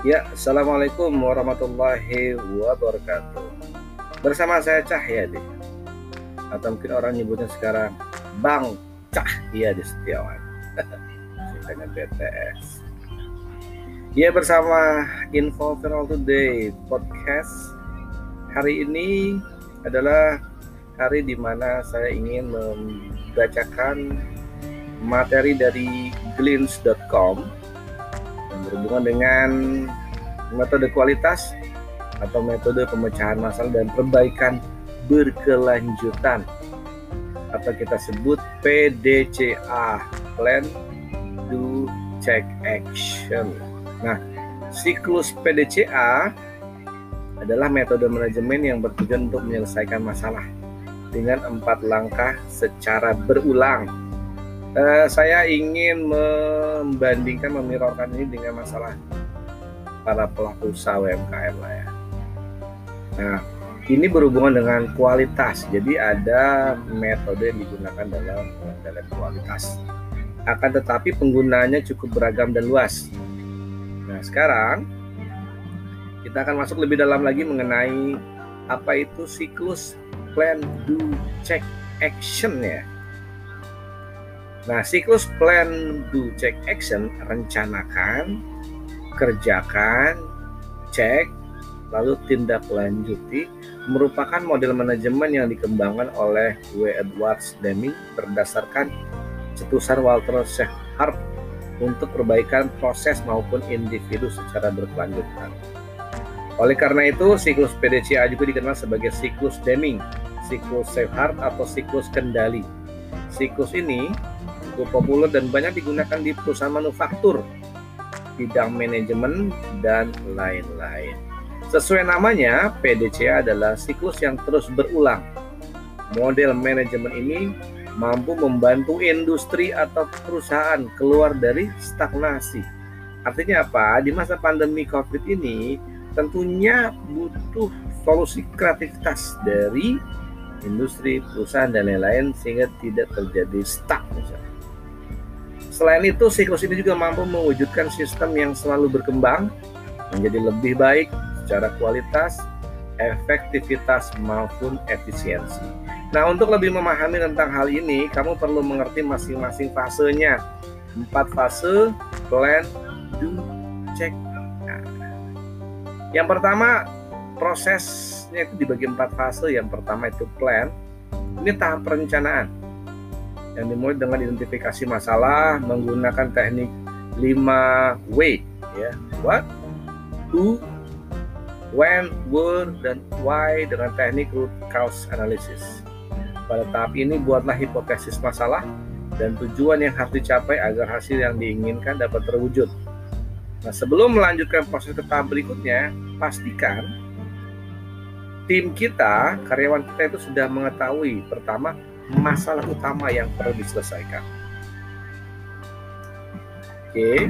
Ya, Assalamualaikum warahmatullahi wabarakatuh. Bersama saya Cahyadi, atau mungkin orang nyebutnya sekarang Bang Cahyadi Setiawan dengan BTS. Ya, bersama Info Viral Today Podcast. Hari ini adalah hari di mana saya ingin membacakan materi dari glints.com yang berhubungan dengan metode kualitas atau metode pemecahan masalah dan perbaikan berkelanjutan atau kita sebut PDCA, Plan, Do, Check, Action. Nah, siklus PDCA adalah metode manajemen yang bertujuan untuk menyelesaikan masalah dengan 4 langkah secara berulang. Saya ingin membandingkan, memirorkan ini dengan masalah para pelaku usaha UMKM lah ya. Nah, ini berhubungan dengan kualitas. Jadi ada metode yang digunakan dalam kualitas. Akan tetapi penggunaannya cukup beragam dan luas. Nah, sekarang kita akan masuk lebih dalam lagi mengenai apa itu siklus Plan, Do, Check, Action ya. Nah, siklus Plan, Do, Check, Action, rencanakan, kerjakan, cek, lalu tindak lanjuti, merupakan model manajemen yang dikembangkan oleh W. Edwards Deming berdasarkan cetusan Walter Shepard untuk perbaikan proses maupun individu secara berkelanjutan. Oleh karena itu, siklus PDCA juga dikenal sebagai siklus Deming, siklus Shepard atau siklus kendali. Siklus ini cukup populer dan banyak digunakan di perusahaan manufaktur, bidang manajemen, dan lain-lain. Sesuai namanya, PDCA adalah siklus yang terus berulang. Model manajemen ini mampu membantu industri atau perusahaan keluar dari stagnasi. Artinya apa? Di masa pandemi COVID ini, tentunya butuh solusi kreativitas dari industri, perusahaan, dan lain-lain sehingga tidak terjadi stuck misalnya. Selain itu, siklus ini juga mampu mewujudkan sistem yang selalu berkembang menjadi lebih baik secara kualitas, efektivitas, maupun efisiensi. Nah, untuk lebih memahami tentang hal ini, kamu perlu mengerti masing-masing fasenya. 4 fase, Plan, Do, Check. Nah, yang pertama, prosesnya itu dibagi 4 fase. Yang pertama itu Plan. Ini tahap perencanaan yang dimulai dengan identifikasi masalah menggunakan teknik 5W ya. What, who, when, where, dan why dengan teknik root cause analysis. Pada tahap ini buatlah hipotesis masalah dan tujuan yang harus dicapai agar hasil yang diinginkan dapat terwujud. Nah, sebelum melanjutkan proses ke tahap berikutnya, pastikan tim kita, karyawan kita itu sudah mengetahui pertama masalah utama yang perlu diselesaikan. Oke.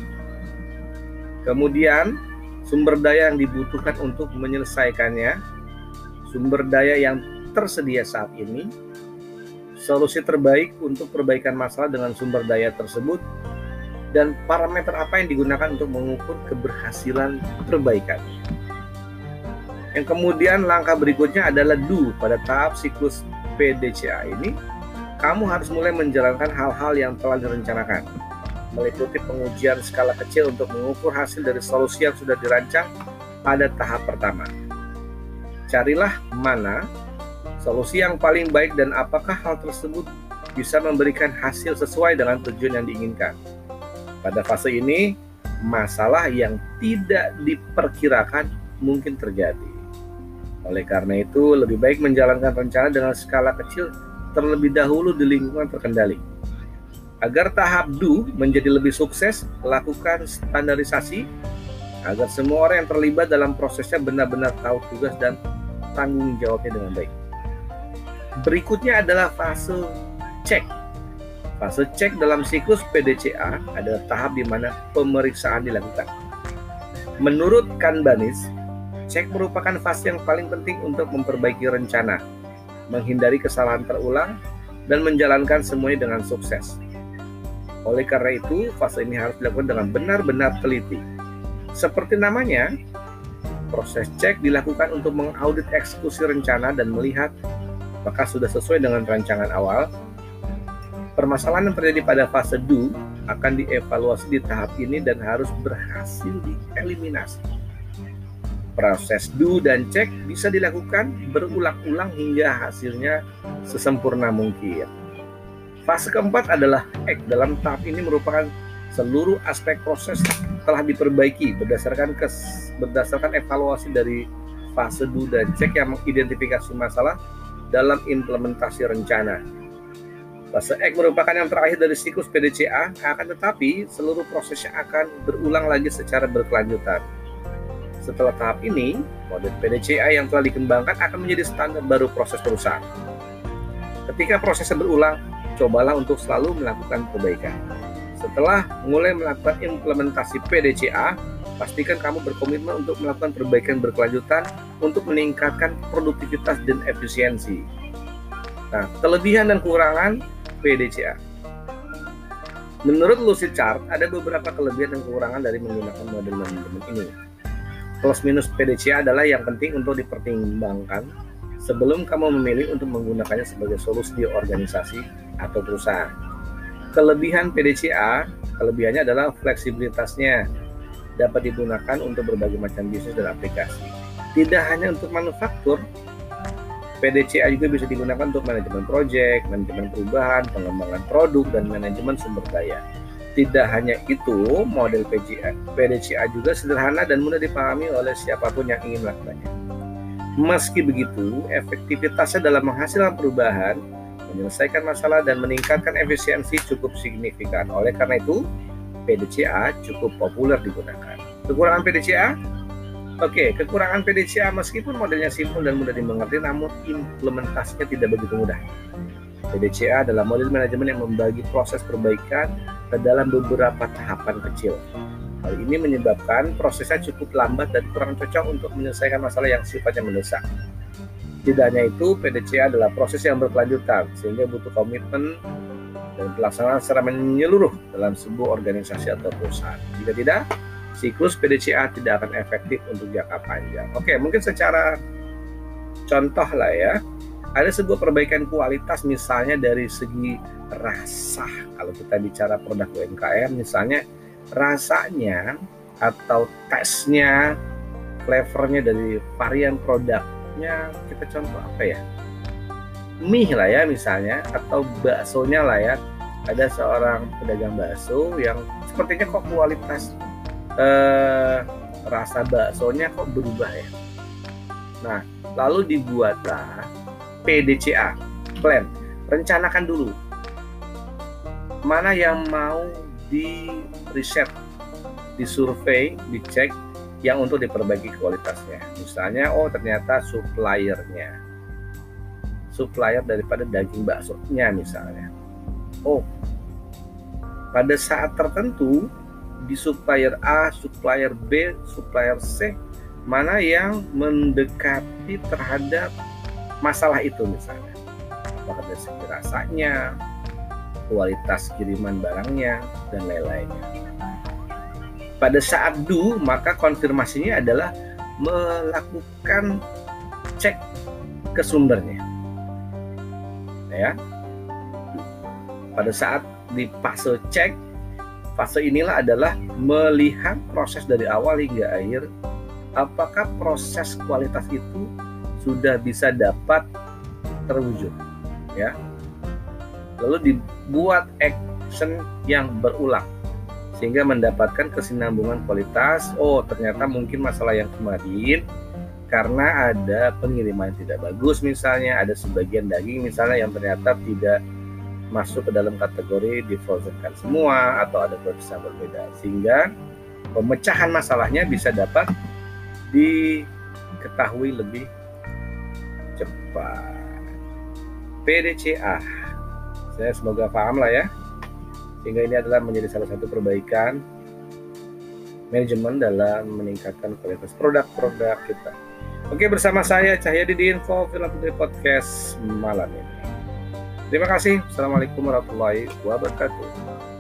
Kemudian sumber daya yang dibutuhkan untuk menyelesaikannya, sumber daya yang tersedia saat ini, solusi terbaik untuk perbaikan masalah dengan sumber daya tersebut, dan parameter apa yang digunakan untuk mengukur keberhasilan perbaikan. Yang kemudian langkah berikutnya adalah Do. Pada tahap siklus PDCA ini, kamu harus mulai menjalankan hal-hal yang telah direncanakan, meliputi pengujian skala kecil untuk mengukur hasil dari solusi yang sudah dirancang pada tahap pertama. Carilah mana solusi yang paling baik dan apakah hal tersebut bisa memberikan hasil sesuai dengan tujuan yang diinginkan. Pada fase ini, masalah yang tidak diperkirakan mungkin terjadi. Oleh karena itu, lebih baik menjalankan rencana dengan skala kecil terlebih dahulu di lingkungan terkendali. Agar tahap Do menjadi lebih sukses, lakukan standarisasi agar semua orang yang terlibat dalam prosesnya benar-benar tahu tugas dan tanggung jawabnya dengan baik. Berikutnya adalah fase Check. Fase Check dalam siklus PDCA adalah tahap di mana pemeriksaan dilakukan. Menurut Kanbanis, cek merupakan fase yang paling penting untuk memperbaiki rencana, menghindari kesalahan terulang, dan menjalankan semuanya dengan sukses. Oleh karena itu, fase ini harus dilakukan dengan benar-benar teliti. Seperti namanya, proses cek dilakukan untuk mengaudit eksekusi rencana dan melihat apakah sudah sesuai dengan rancangan awal. Permasalahan yang terjadi pada fase do akan dievaluasi di tahap ini dan harus berhasil dieliminasi. Proses do dan cek bisa dilakukan berulang-ulang hingga hasilnya sesempurna mungkin. Fase keempat adalah act. Dalam tahap ini merupakan seluruh aspek proses telah diperbaiki berdasarkan evaluasi dari fase do dan cek yang mengidentifikasi masalah dalam implementasi rencana. Fase act merupakan yang terakhir dari siklus PDCA, akan tetapi seluruh prosesnya akan berulang lagi secara berkelanjutan. Setelah tahap ini, model PDCA yang telah dikembangkan akan menjadi standar baru proses perusahaan. Ketika prosesnya berulang, cobalah untuk selalu melakukan perbaikan. Setelah mulai melakukan implementasi PDCA, pastikan kamu berkomitmen untuk melakukan perbaikan berkelanjutan untuk meningkatkan produktivitas dan efisiensi. Nah, kelebihan dan kekurangan PDCA. Menurut Lucidchart, ada beberapa kelebihan dan kekurangan dari menggunakan model manajemen ini. Plus minus PDCA adalah yang penting untuk dipertimbangkan sebelum kamu memilih untuk menggunakannya sebagai solusi di organisasi atau perusahaan. Kelebihan PDCA, kelebihannya adalah fleksibilitasnya dapat digunakan untuk berbagai macam bisnis dan aplikasi. Tidak hanya untuk manufaktur, PDCA juga bisa digunakan untuk manajemen proyek, manajemen perubahan, pengembangan produk, dan manajemen sumber daya. Tidak hanya itu, model PDCA juga sederhana dan mudah dipahami oleh siapapun yang ingin melakukannya. Meski begitu, efektivitasnya dalam menghasilkan perubahan, menyelesaikan masalah, dan meningkatkan efisiensi cukup signifikan. Oleh karena itu, PDCA cukup populer digunakan. Kekurangan PDCA? Oke, kekurangan PDCA meskipun modelnya simpel dan mudah dimengerti, namun implementasinya tidak begitu mudah. PDCA adalah model manajemen yang membagi proses perbaikan ke dalam beberapa tahapan kecil. Hal ini menyebabkan prosesnya cukup lambat dan kurang cocok untuk menyelesaikan masalah yang sifatnya mendesak. Tidak hanya itu, PDCA adalah proses yang berkelanjutan, sehingga butuh komitmen dan pelaksanaan secara menyeluruh dalam sebuah organisasi atau perusahaan. Jika tidak, siklus PDCA tidak akan efektif untuk jangka panjang. Oke, mungkin secara contoh lah ya. Ada sebuah perbaikan kualitas misalnya dari segi rasa. Kalau kita bicara produk UMKM, misalnya rasanya atau tesnya, flavornya dari varian produknya, kita contoh apa ya? Mie lah ya misalnya, atau baksonya lah ya. Ada seorang pedagang bakso yang sepertinya kok kualitas rasa baksonya kok berubah ya. Nah, lalu dibuatlah PDCA, plan. Rencanakan dulu mana yang mau di riset, disurvei, dicek yang untuk diperbaiki kualitasnya. Misalnya, ternyata supplier daripada daging baksonya misalnya. Pada saat tertentu di supplier A, supplier B, supplier C, mana yang mendekati terhadap masalah itu misalnya, apakah dari segi rasanya, kualitas kiriman barangnya, dan lain-lainnya. Pada saat do, maka konfirmasinya adalah melakukan cek ke sumbernya. Ya. Pada saat di fase cek, fase inilah adalah melihat proses dari awal hingga akhir, apakah proses kualitas itu sudah bisa dapat terwujud, ya. Lalu dibuat action yang berulang sehingga mendapatkan kesinambungan kualitas. Ternyata mungkin masalah yang kemarin karena ada pengiriman tidak bagus misalnya, ada sebagian daging misalnya yang ternyata tidak masuk ke dalam kategori di-frozenkan semua atau ada kualitas yang berbeda, sehingga pemecahan masalahnya bisa dapat diketahui lebih cepat. PDCA, saya semoga paham lah ya, sehingga ini adalah menjadi salah satu perbaikan manajemen dalam meningkatkan kualitas produk-produk kita. Oke, bersama saya Cahyadi di Info Film Putri Podcast malam ini. Terima kasih. Assalamualaikum warahmatullahi wabarakatuh.